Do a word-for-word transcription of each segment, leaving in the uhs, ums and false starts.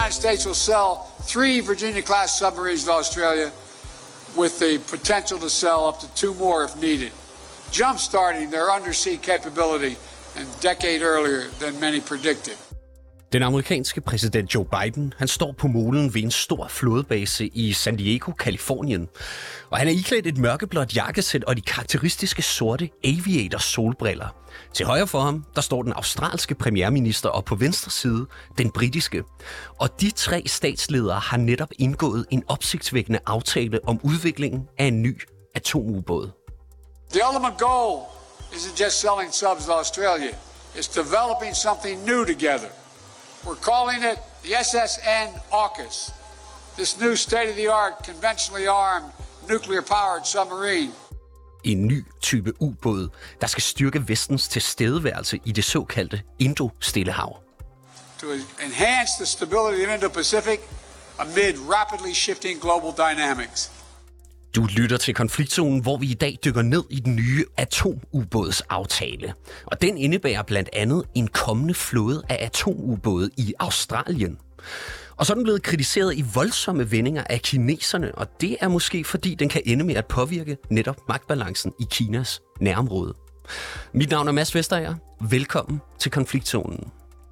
United States will sell three Virginia-class submarines to Australia with the potential to sell up to two more if needed, jump-starting their undersea capability a decade earlier than many predicted. Den amerikanske præsident Joe Biden, han står på molen ved en stor flådebase i San Diego, Californien. Og han er iklædt et mørkeblåt jakkesæt og de karakteristiske sorte aviator solbriller. Til højre for ham, der står den australske premierminister, og på venstre side den britiske. Og de tre statsledere har netop indgået en opsigtsvækkende aftale om udviklingen af en ny atomubåd. The ultimate goal isn't just selling subs to Australia. It's developing something new together. We're calling it the S S N AUKUS. This new state-of-the-art, conventionally armed, nuclear-powered submarine. En ny type ubåd, der skal styrke Vestens tilstedeværelse i det såkaldte Indo-Stillehav. To enhance the stability of Indo-Pacific amid rapidly shifting global dynamics. Du lytter til Konfliktzonen, hvor vi i dag dykker ned i den nye atomubådsaftale. Og den indebærer blandt andet en kommende flåde af atomubåde i Australien. Og så er den blevet kritiseret i voldsomme vendinger af kineserne, og det er måske fordi den kan ende med at påvirke netop magtbalancen i Kinas nærområde. Mit navn er Mads Vesterager. Velkommen til Konfliktzonen.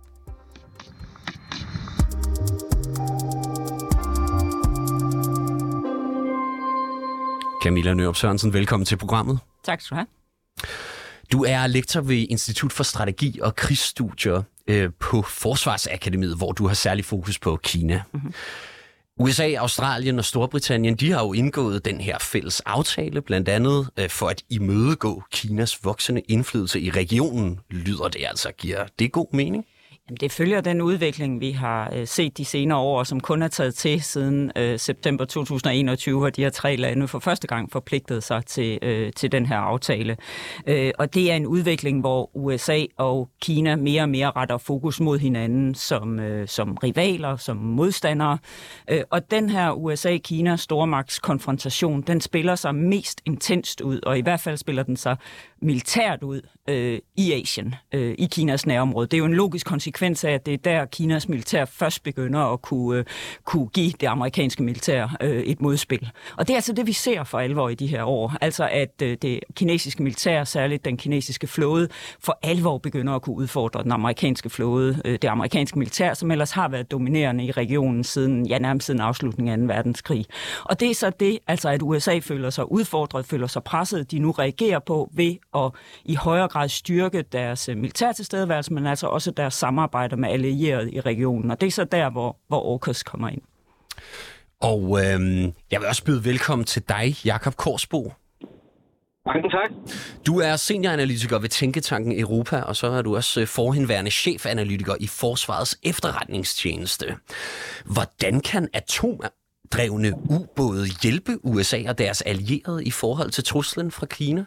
Camilla Nørup Sørensen, velkommen til programmet. Tak skal du have. Du er lektor ved Institut for Strategi og Krigsstudier øh, på Forsvarsakademiet, hvor du har særlig fokus på Kina. Mm-hmm. U S A, Australien og Storbritannien, de har jo indgået den her fælles aftale, blandt andet øh, for at imødegå Kinas voksende indflydelse i regionen, lyder det altså. Giver det god mening? Jamen, det følger den udvikling, vi har øh, set de senere år, som kun er taget til siden øh, september to tusind og enogtyve, hvor de her tre lande for første gang forpligtede sig til, øh, til den her aftale. Øh, og det er en udvikling, hvor U S A og Kina mere og mere retter fokus mod hinanden som, øh, som rivaler, som modstandere. Øh, og den her U S A-Kina stormagtskonfrontation, den spiller sig mest intenst ud, og i hvert fald spiller den sig militært ud øh, i Asien, øh, i Kinas nærområde. Det er jo en logisk konsekvens af, at det er der, Kinas militær først begynder at kunne, øh, kunne give det amerikanske militær øh, et modspil. Og det er altså det, vi ser for alvor i de her år. Altså at øh, det kinesiske militær, særligt den kinesiske flåde, for alvor begynder at kunne udfordre den amerikanske flåde, øh, det amerikanske militær, som ellers har været dominerende i regionen siden, ja, nærmest siden afslutningen af anden verdenskrig. Og det er så det, altså at U S A føler sig udfordret, føler sig presset, de nu reagerer på ved at i højere grad styrke deres militær tilstedeværelse, men altså også deres samarbejde med allierede i regionen. Og det er så der, hvor, hvor AUKUS kommer ind. Og øhm, jeg vil også byde velkommen til dig, Jakob Korsbo. Mange tak. Du er senioranalytiker ved Tænketanken Europa, og så er du også forhenværende chefanalytiker i Forsvarets efterretningstjeneste. Hvordan kan atomdrevne ubåde hjælpe U S A og deres allierede i forhold til truslen fra Kina?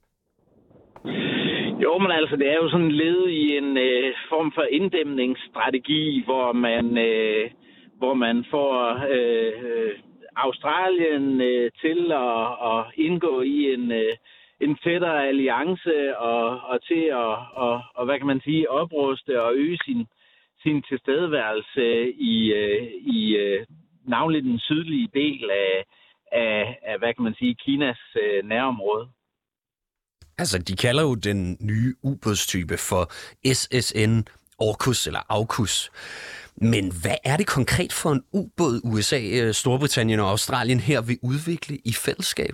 Jo, men altså, det er jo sådan et led i en øh, form for inddæmningsstrategi, hvor man, øh, hvor man får øh, Australien øh, til at, at indgå i en, øh, en tættere alliance og, og til at, og, og, hvad kan man sige, opruste og øge sin, sin tilstedeværelse i, øh, i øh, navnlig den sydlige del af, af, af, hvad kan man sige, Kinas øh, nærområde. Altså, de kalder jo den nye ubådstype for S S N AUKUS eller AUKUS. Men hvad er det konkret for en ubåd, U S A, Storbritannien og Australien her vil udvikle i fællesskab?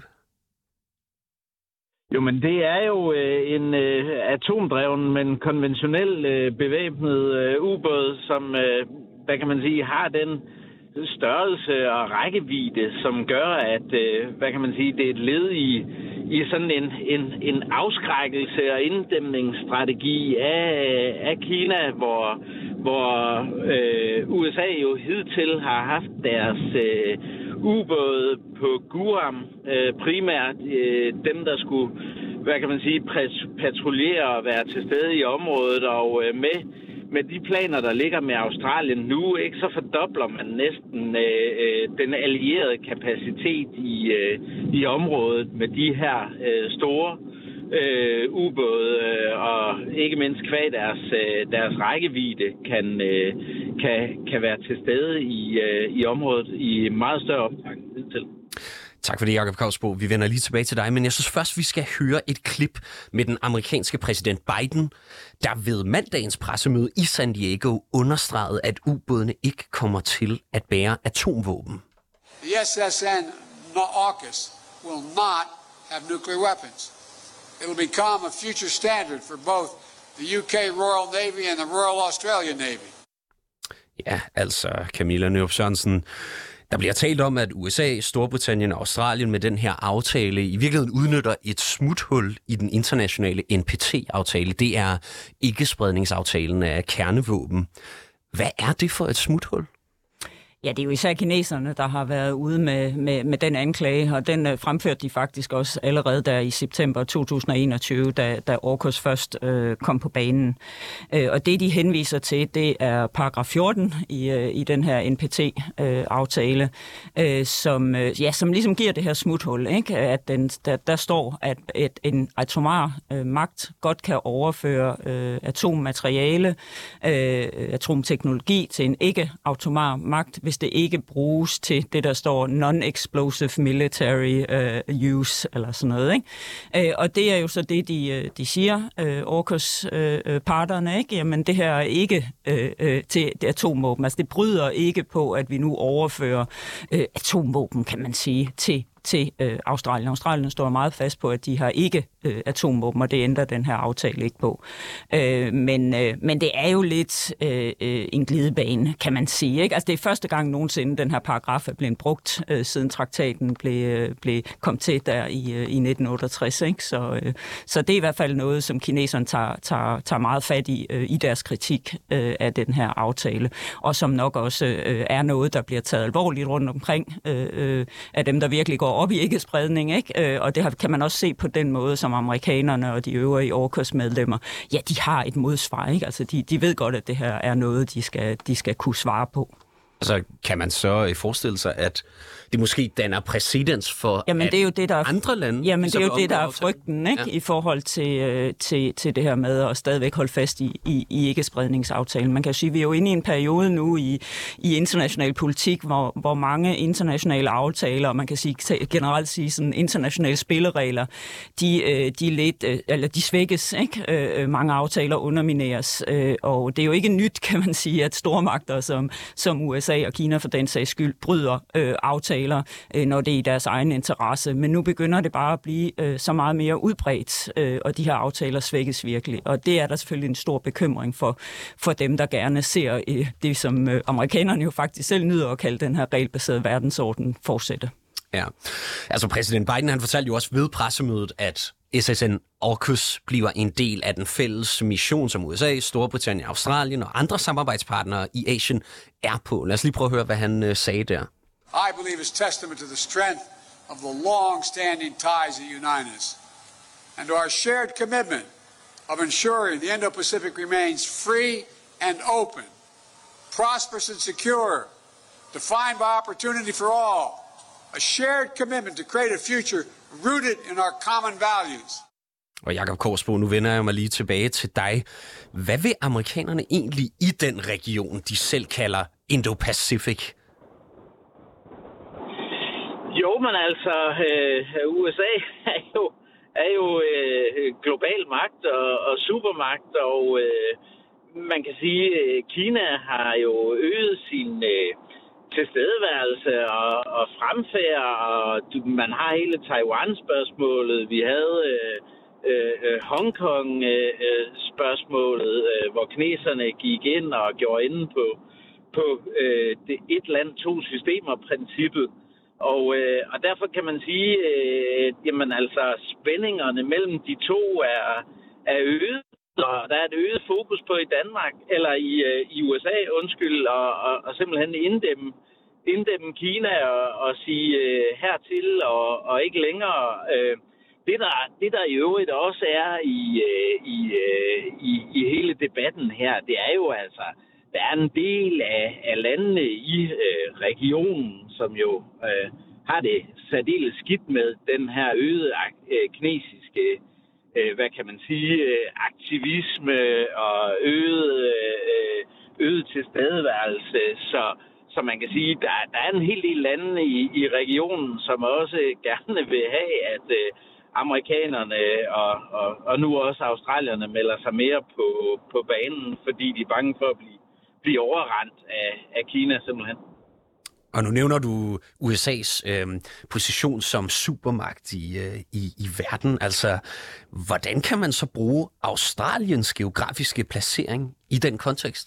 Jo, men det er jo øh, en øh, atomdreven, men konventionel øh, bevæbnet øh, ubåd, som, øh, hvad kan man sige, har den størrelse og rækkevidde, som gør, at, øh, hvad kan man sige, det er et led i, i sådan en, en, en afskrækkelse og inddæmningsstrategi af, af Kina, hvor, hvor øh, U S A jo hidtil har haft deres øh, ubåde på Guam, øh, primært øh, dem, der skulle, hvad kan man sige, patruljere og være til stede i området, og øh, med Med de planer, der ligger med Australien nu, ikke, så fordobler man næsten øh, den allierede kapacitet i, øh, i området med de her øh, store øh, ubåde, øh, og ikke mindst kvad deres, øh, deres rækkevidde kan, øh, kan, kan være til stede i, øh, i området i meget større omfang til. Tak for det, Jacob Kravsbo. Vi vender lige tilbage til dig, men jeg synes først, vi skal høre et klip med den amerikanske præsident Biden, der ved mandagens pressemøde i San Diego understregede, at ubådene ikke kommer til at bære atomvåben. The S S N AUKUS will not have nuclear weapons. It will become a future standard for both the U K Royal Navy and the Royal Australian Navy. Ja, altså Camilla Nørup Sørensen. Der bliver talt om, at U S A, Storbritannien og Australien med den her aftale i virkeligheden udnytter et smuthul i den internationale N P T-aftale. Det er ikke-spredningsaftalen af kernevåben. Hvad er det for et smuthul? Ja, det er jo især kineserne, der har været ude med, med, med den anklage, og den øh, fremførte de faktisk også allerede der i september to tusind og enogtyve, da, da AUKUS først øh, kom på banen. Øh, og det, de henviser til, det er paragraf fjorten i, øh, i den her N P T-aftale, øh, øh, som, øh, ja, som ligesom giver det her smuthul, ikke? At den, der, der står, at et, en atomar øh, magt godt kan overføre øh, atommateriale, øh, atomteknologi til en ikke-atomar magt, hvis det ikke bruges til det, der står non-explosive military uh, use, eller sådan noget, ikke? Uh, og det er jo så det, de, de siger, uh, AUKUS-parterne, uh, ikke? Jamen, det her er ikke uh, uh, til det atomvåben. Altså, det bryder ikke på, at vi nu overfører uh, atomvåben, kan man sige, til til øh, Australien. Australien står meget fast på, at de har ikke øh, atomvåben, og det ændrer den her aftale ikke på. Øh, men, øh, men det er jo lidt øh, en glidebane, kan man sige. Ikke? Altså, det er første gang nogensinde, den her paragraf er blevet brugt, øh, siden traktaten blev, blev kom til der i, øh, i nitten otteogtres. Ikke? Så, øh, så det er i hvert fald noget, som kineserne tager, tager, tager meget fat i øh, i deres kritik øh, af den her aftale, og som nok også øh, er noget, der bliver taget alvorligt rundt omkring øh, øh, af dem, der virkelig går op i ikke-spredning, ikke? Og det kan man også se på den måde, som amerikanerne og de øvrige AUKUS-medlemmer, ja, de har et modsvar, ikke? Altså, de, de ved godt, at det her er noget, de skal, de skal kunne svare på. Altså, kan man så forestille sig, at det måske danner præcedens for jamen, det er jo det, der er, andre lande? Jamen, det er jo det, der er frygten, ikke? Ja. I forhold til, til, til det her med at stadigvæk holde fast i, i, i ikke-spredningsaftalen. Man kan sige, at vi er jo inde i en periode nu i, i international politik, hvor, hvor mange internationale aftaler, og man kan sige, generelt sige sådan internationale spilleregler, de, de, lidt, eller de svækkes, ikke? Mange aftaler undermineres, og det er jo ikke nyt, kan man sige, at stormagter som, som U S A og Kina for den sags skyld bryder øh, aftaler, øh, når det er i deres egen interesse. Men nu begynder det bare at blive øh, så meget mere udbredt, øh, og de her aftaler svækkes virkelig. Og det er der selvfølgelig en stor bekymring for, for dem, der gerne ser øh, det, som øh, amerikanerne jo faktisk selv nyder at kalde den her regelbaserede verdensorden fortsætte. Ja, altså præsident Biden, han fortalte jo også ved pressemødet, at S S N AUKUS bliver en del af den fælles mission, som U S A, Storbritannien, Australien og andre samarbejdspartnere i Asien er på. Lad os lige prøve at høre, hvad han uh, sagde der. I believe is testament to the strength of the long-standing ties that unite us, and to our shared commitment of ensuring the Indo-Pacific remains free and open, prosperous and secure, defined by opportunity for all. A shared commitment to create a future rooted in our common values. Og Jacob Kravsbo, nu vender jeg mig lige tilbage til dig. Hvad vil amerikanerne egentlig i den region, de selv kalder Indo-Pacific? Jo, men altså, øh, U S A er jo, er jo øh, global magt og, og supermagt, og øh, man kan sige, at Kina har jo øget sin øh, tilstedeværelse og, og fremfærd, og man har hele Taiwan-spørgsmålet. Vi havde øh, øh, Hongkong-spørgsmålet, øh, øh, hvor kineserne gik ind og gjorde inde på, på øh, det et land, to systemer-princippet. Og, øh, og derfor kan man sige, øh, jamen altså, spændingerne mellem de to er, er øget. Og der er et øget fokus på i Danmark, eller i, øh, i U S A, undskyld, og, og, og simpelthen inddæmme, inddæmme Kina og, og sige øh, hertil og, og ikke længere. Øh, det, der, det, der i øvrigt også er i, øh, i, øh, i, i hele debatten her, det er jo altså, der er en del af, af landene i øh, regionen, som jo øh, har det særdeles skidt med den her øgede øh, kinesiske øh, hvad kan man sige, øh, aktivisme og øget, øh, øget tilstedeværelse. Så, så man kan sige, der, der er en hel del lande i, i regionen, som også gerne vil have, at øh, amerikanerne og, og, og nu også australierne melder sig mere på, på banen, fordi de er bange for at blive, blive overrendt af, af Kina simpelthen. Og nu nævner du U S A's øh, position som supermagt i, øh, i, i verden. Altså, hvordan kan man så bruge Australiens geografiske placering i den kontekst?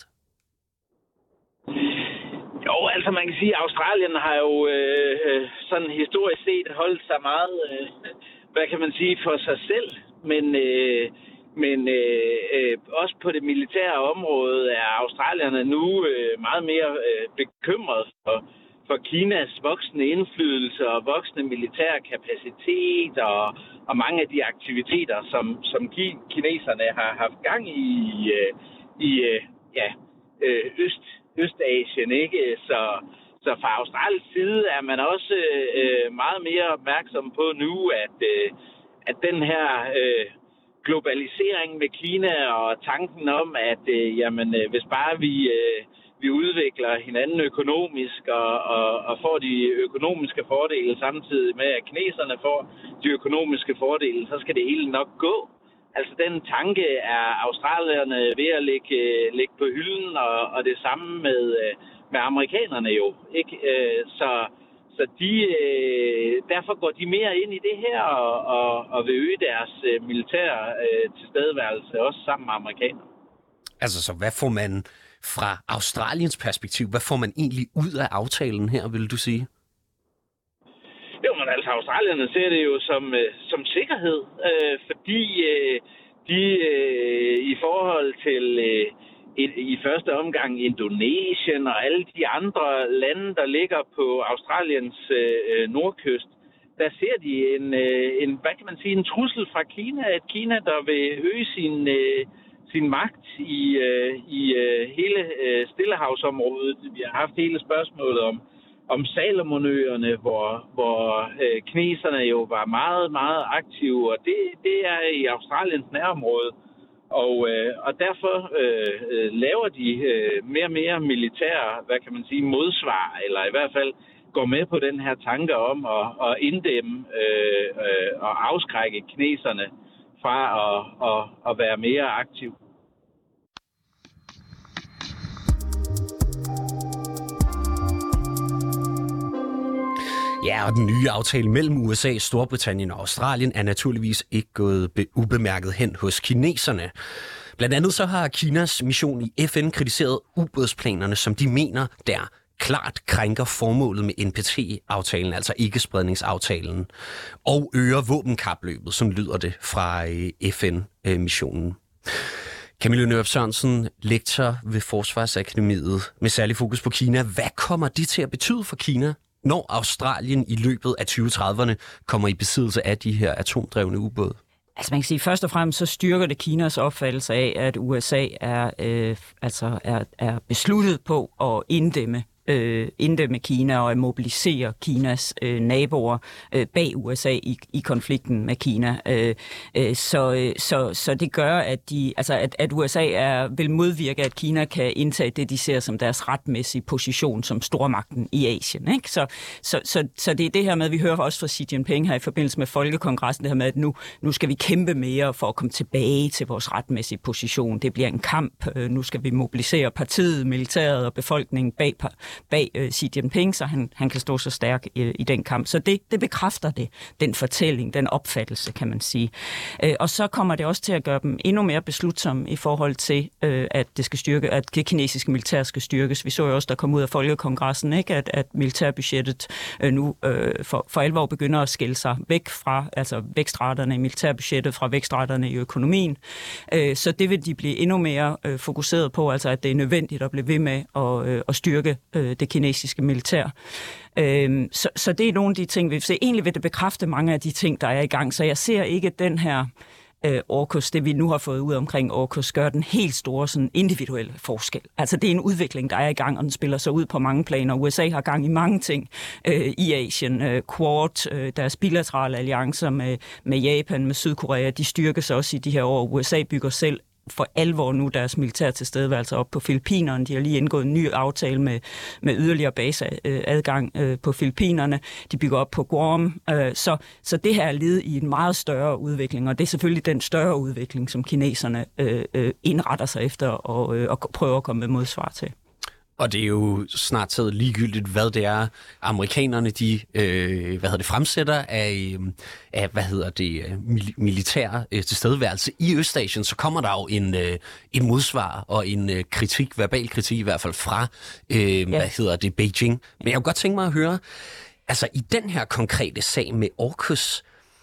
Jo, altså man kan sige, at Australien har jo øh, sådan historisk set holdt sig meget, øh, hvad kan man sige, for sig selv. Men, øh, men øh, øh, også på det militære område er australierne nu øh, meget mere øh, bekymret for for Kinas voksende indflydelse og voksende militær kapacitet og, og mange af de aktiviteter, som, som kineserne har haft gang i i ja, Øst, Østasien, ikke? Så, så fra Australiens side er man også øh, meget mere opmærksom på nu, at, øh, at den her øh, globalisering med Kina og tanken om, at øh, jamen, øh, hvis bare vi øh, vi udvikler hinanden økonomisk og, og, og får de økonomiske fordele samtidig med, at kineserne får de økonomiske fordele, så skal det hele nok gå. Altså den tanke er australierne ved at lægge, lægge på hylden, og, og det samme med, med amerikanerne jo. Ikke? Så, så de, derfor går de mere ind i det her og, og, og vil øge deres militære tilstedeværelse også sammen med amerikanerne. Altså så hvad får man fra Australiens perspektiv, hvad får man egentlig ud af aftalen her, vil du sige? Jo, men altså australierne ser det jo som, øh, som sikkerhed, øh, fordi øh, de øh, i forhold til øh, i, i første omgang Indonesien og alle de andre lande, der ligger på Australiens øh, nordkyst, der ser de en, øh, en, hvad kan man sige, en trussel fra Kina, et Kina, der vil øge sin øh, sin magt i, øh, i øh, hele øh, Stillehavsområdet. Vi har haft hele spørgsmålet om, om Salomonøerne, hvor, hvor øh, kineserne jo var meget, meget aktive, og det, det er i Australiens nærområde. Og, øh, og derfor øh, laver de øh, mere og mere militære, hvad kan man sige, modsvar, eller i hvert fald går med på den her tanke om at, at inddæmme øh, øh, og afskrække kineserne fra at, at, at være mere aktiv. Ja, og den nye aftale mellem U S A, Storbritannien og Australien er naturligvis ikke gået ubemærket hen hos kineserne. Blandt andet så har Kinas mission i F N kritiseret ubådsplanerne, som de mener der klart krænker formålet med N P T-aftalen, altså ikke-spredningsaftalen, og øger våbenkapløbet, som lyder det fra F N-missionen. Camilla Nørup Sørensen, lektor ved Forsvarsakademiet med særlig fokus på Kina. Hvad kommer det til at betyde for Kina, når Australien i løbet af tyve trediverne kommer i besiddelse af de her atomdrevne ubåde? Altså man kan sige, først og fremmest så styrker det Kinas opfattelse af, at U S A er, øh, altså er, er besluttet på at inddæmme øh, inddæmme Kina og at mobilisere Kinas øh, naboer øh, bag U S A i, i konflikten med Kina. Øh, øh, så, så, så det gør, at, de, altså at, at U S A er, vil modvirke, at Kina kan indtage det, de ser som deres retmæssige position som stormagten i Asien. Ikke? Så, så, så, så det er det her med, vi hører også fra Xi Jinping her i forbindelse med Folkekongressen, det her med, at nu, nu skal vi kæmpe mere for at komme tilbage til vores retmæssige position. Det bliver en kamp. Øh, nu skal vi mobilisere partiet, militæret og befolkningen bag bag øh, Xi Jinping, så han, han kan stå så stærk øh, i den kamp. Så det, det bekræfter det, den fortælling, den opfattelse, kan man sige. Øh, og så kommer det også til at gøre dem endnu mere beslutsomme i forhold til, øh, at det skal styrke, at det kinesiske militær skal styrkes. Vi så jo også, der kom ud af Folkekongressen, ikke? At, at militærbudgettet øh, nu øh, for, for alvor begynder at skille sig væk fra, altså vækstraterne i militærbudgettet fra vækstraterne i økonomien. Øh, så det vil de blive endnu mere øh, fokuseret på, altså at det er nødvendigt at blive ved med at, øh, at styrke øh, det kinesiske militær. Øhm, så, så det er nogle af de ting, vi vil se. Egentlig vil det bekræfte mange af de ting, der er i gang. Så jeg ser ikke den her øh, AUKUS, det vi nu har fået ud omkring AUKUS, gør den helt store sådan, individuelle forskel. Altså det er en udvikling, der er i gang, og den spiller sig ud på mange planer. U S A har gang i mange ting øh, i Asien. Øh, Quad, øh, deres bilaterale alliancer med, med Japan, med Sydkorea, de styrkes også i de her år. U S A bygger selv for alvor nu deres militær tilstedeværelse op på Filippinerne. De har lige indgået en ny aftale med, med yderligere baseadgang øh, på Filippinerne. De bygger op på Guam. Øh, så, så det her er led i en meget større udvikling, og det er selvfølgelig den større udvikling, som kineserne øh, øh, indretter sig efter og, øh, og prøver at komme med modsvar til. Og det er jo snart taget ligegyldigt, hvad det er, amerikanerne de øh, hvad hedder det, fremsætter af, af hvad hedder det, mil- militær øh, tilstedeværelse i Østasien, så kommer der jo en, øh, en modsvar og en øh, kritik, verbal kritik i hvert fald fra, øh, ja. hvad hedder det, Beijing. Men jeg kunne godt tænke mig at høre, altså i den her konkrete sag med AUKUS,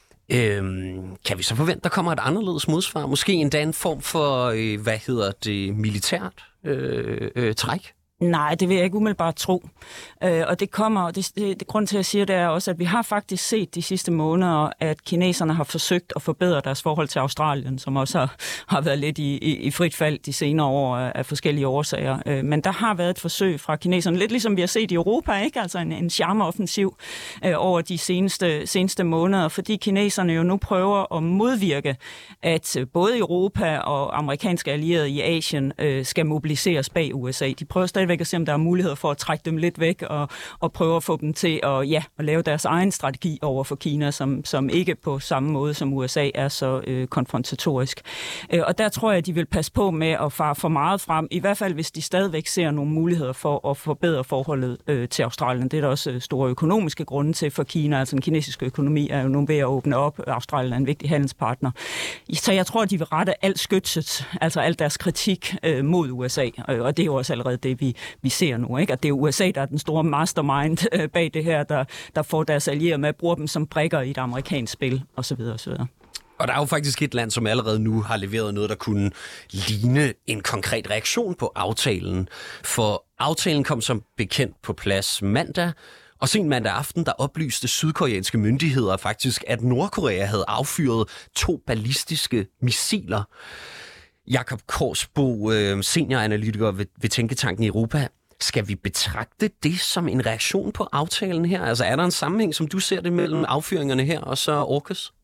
Øhm, kan vi så forvente, der kommer et anderledes modsvar? Måske endda en form for, øh, hvad hedder det, militært øh, øh, træk? Nej, det vil jeg ikke umiddelbart tro. Øh, og det kommer, og det, det, det grund til, at jeg siger, det er også, at vi har faktisk set de sidste måneder, at kineserne har forsøgt at forbedre deres forhold til Australien, som også har, har været lidt i, i, i frit fald de senere år af, af forskellige årsager. Øh, men der har været et forsøg fra kineserne, lidt ligesom vi har set i Europa, ikke? Altså en, en charmeoffensiv øh, over de seneste, seneste måneder, fordi kineserne jo nu prøver at modvirke, at både Europa og amerikanske allierede i Asien øh, skal mobiliseres bag U S A. De prøver stadigvæk at se, om der er muligheder for at trække dem lidt væk og, og prøve at få dem til at, ja, at lave deres egen strategi over for Kina, som, som ikke på samme måde som U S A er så øh, konfrontatorisk. Øh, og der tror jeg, at de vil passe på med at fare for meget frem, i hvert fald hvis de stadigvæk ser nogle muligheder for at forbedre forholdet øh, til Australien. Det er der også øh, store økonomiske grunde til for Kina. Altså den kinesiske økonomi er jo nu ved at åbne op. Australien er en vigtig handelspartner. Så jeg tror, at de vil rette alt skytset, altså al deres kritik øh, mod U S A. Øh, og det er jo også allerede det, vi vi ser nu, ikke? At det er U S A, der er den store mastermind øh, bag det her, der, der får deres allierede med at bruge dem som brikker i et amerikansk spil, osv. osv. Og der er jo faktisk et land, som allerede nu har leveret noget, der kunne ligne en konkret reaktion på aftalen. For aftalen kom som bekendt på plads mandag, og sent mandag aften, der oplyste sydkoreanske myndigheder faktisk, at Nordkorea havde affyret to ballistiske missiler. Jakob Korsbo, senioranalytiker ved, ved Tænketanken Europa. Skal vi betragte det som en reaktion på aftalen her? Altså er der en sammenhæng, som du ser det, mellem affyringerne her og så AUKUS?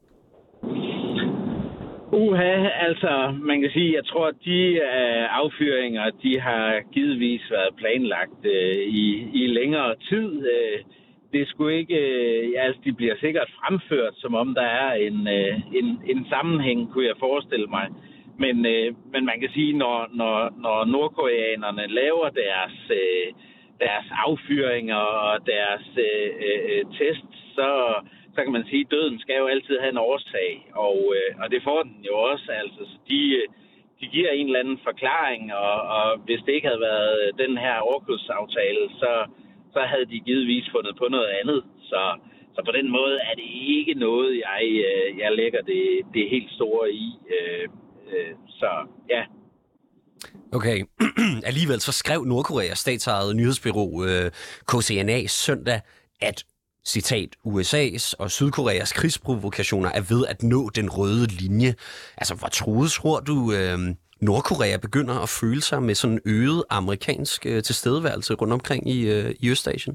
Uha, altså man kan sige, jeg tror, at de uh, affyringer, de har givetvis været planlagt uh, i, i længere tid. Uh, det skulle ikke, uh, altså de bliver sikkert fremført, som om der er en, uh, en, en sammenhæng, kunne jeg forestille mig. Men, øh, men man kan sige, når, når, når nordkoreanerne laver deres, øh, deres affyringer og deres øh, øh, tests, så, så kan man sige, at døden skal jo altid have en årsag. Og, øh, og det får den jo også. Altså, så de, de giver en eller anden forklaring, og, og hvis det ikke havde været den her AUKUS-aftale, så, så havde de givetvis fundet på noget andet. Så, så på den måde er det ikke noget, jeg, jeg lægger det, det helt store i. Øh, Så, ja. Okay. Alligevel så skrev Nordkoreas statsejet nyhedsbureau øh, K C N A søndag, at citat, U S A's og Sydkoreas krigsprovokationer er ved at nå den røde linje. Altså, hvor troet tror du, øh, Nordkorea begynder at føle sig med sådan en øget amerikansk øh, tilstedeværelse rundt omkring i, øh, i Østasien?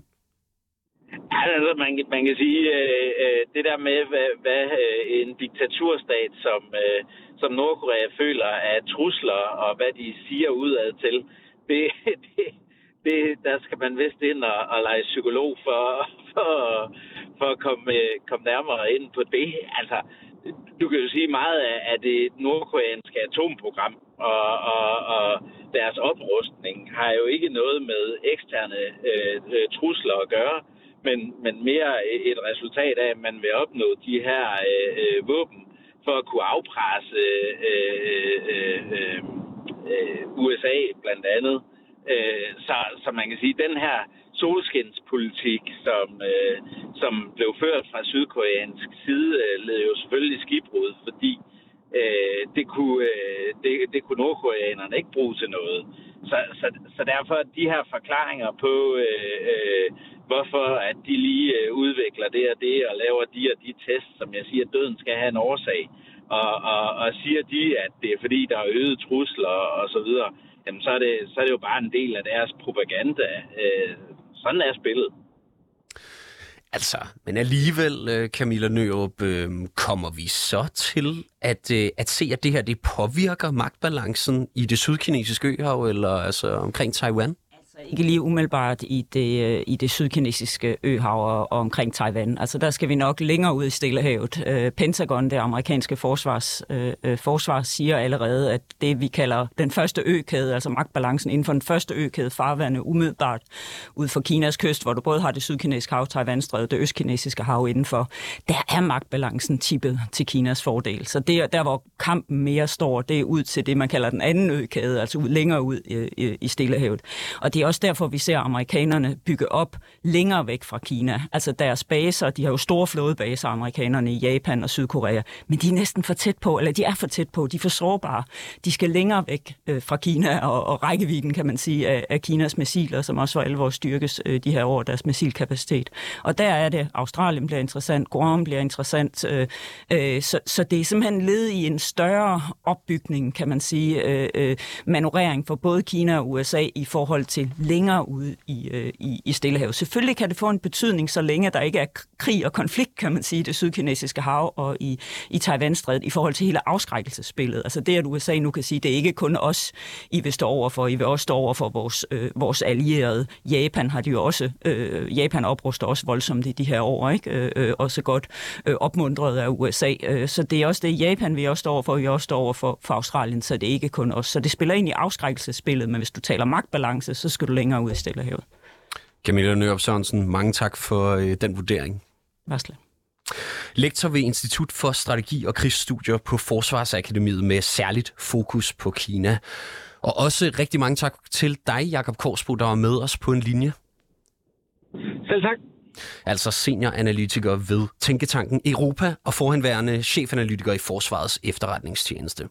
Altså, man, man kan sige, øh, det der med, hvad, hvad en diktaturstat som, øh, som Nordkorea føler af trusler, og hvad de siger udad til, det, det, det, der skal man vist ind og, og lege psykolog for, for, for at komme, komme nærmere ind på det. Altså, du kan jo sige meget af det nordkoreanske atomprogram og, og, og deres oprustning har jo ikke noget med eksterne øh, trusler at gøre, men, men mere et resultat af, at man vil opnå de her øh, våben for at kunne afpresse øh, øh, øh, øh, U S A blandt andet. Øh, så, så man kan sige, at den her solskinspolitik, som, øh, som blev ført fra sydkoreansk side, øh, led jo selvfølgelig skibbrud, fordi øh, det, kunne, øh, det, det kunne nordkoreanerne ikke bruge til noget. Så, så, så derfor de her forklaringer på, øh, øh, hvorfor at de lige øh, udvikler det og det og laver de og de tests, som jeg siger, døden skal have en årsag. Og, og, og siger de, at det er fordi, der er øget trusler og så videre, jamen så er det, så er det jo bare en del af deres propaganda. Øh, sådan er spillet. Altså, men alligevel, Camilla Nørup, øh, kommer vi så til at, øh, at se, at det her det påvirker magtbalancen i det sydkinesiske øhav, eller altså omkring Taiwan? Altså ikke lige umiddelbart i det, i det sydkinesiske øhav og, og omkring Taiwan. Altså der skal vi nok længere ud i Stillehavet. Øh, Pentagon, det amerikanske forsvars, øh, forsvar, siger allerede, at det vi kalder den første økæde, altså magtbalancen inden for den første økæde, farvande umiddelbart ud for Kinas kyst, hvor du både har det sydkinesiske hav, Taiwanstrædet, det østkinesiske hav indenfor, der er magtbalancen tippet til Kinas fordel. Så det er der, hvor kampen mere står, det er ud til det, man kalder den anden økæde, altså ud, længere ud i, i, i Stillehavet. Og det er også derfor, vi ser amerikanerne bygge op længere væk fra Kina. Altså deres baser, de har jo store flådebaser, amerikanerne i Japan og Sydkorea, men de er næsten for tæt på, eller de er for tæt på, de er for sårbare. De skal længere væk øh, fra Kina og, og rækkevidden, kan man sige, af, af Kinas missiler, som også for alvor styrkes øh, de her år, deres missilkapacitet. Og der er det, Australien bliver interessant, Guam bliver interessant, øh, øh, så, så det er simpelthen led i en større opbygning, kan man sige, øh, øh, manøvrering for både Kina og U S A i forhold til længere ude i, øh, i, i Stillehavet. Selvfølgelig kan det få en betydning, så længe der ikke er krig og konflikt, kan man sige, i det sydkinesiske hav og i, i Taiwanstrædet i forhold til hele afskrækkelsesspillet. Altså det, at U S A nu kan sige, det er ikke kun os, I vil stå over for, I vil også stå over for vores, øh, vores allierede. Japan har de jo også, øh, Japan opruster også voldsomt i de her år, ikke? Øh, også godt øh, opmuntret af U S A. Øh, så det er også det, Japan vil også stå over for, vi også står over for, for Australien, så det er ikke kun os. Så det spiller ind i afskrækkelsesspillet, men hvis du taler magtbalance, så skal du længere ud i Stillehavet. Camilla Nørup Sørensen, mange tak for øh, den vurdering. Værsgo. Lektor ved Institut for Strategi og Krigsstudier på Forsvarsakademiet med særligt fokus på Kina. Og også rigtig mange tak til dig, Jakob Korsbo, der var med os på en linje. Selv tak. Altså senioranalytiker ved Tænketanken Europa og forhenværende chefanalytiker i Forsvarets efterretningstjeneste.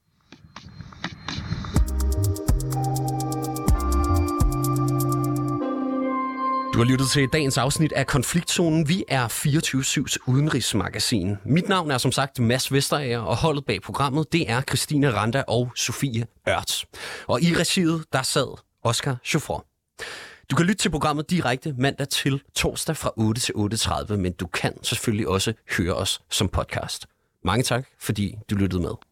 Du har lyttet til dagens afsnit af Konfliktzonen. Vi er fireogtyve syvs udenrigsmagasin. Mit navn er som sagt Mads Vesterager, og holdet bag programmet, det er Christine Randa og Sofie Ørts. Og i regiet, der sad Oscar Chauffeur. Du kan lytte til programmet direkte mandag til torsdag fra otte til otte tredive, men du kan selvfølgelig også høre os som podcast. Mange tak, fordi du lyttede med.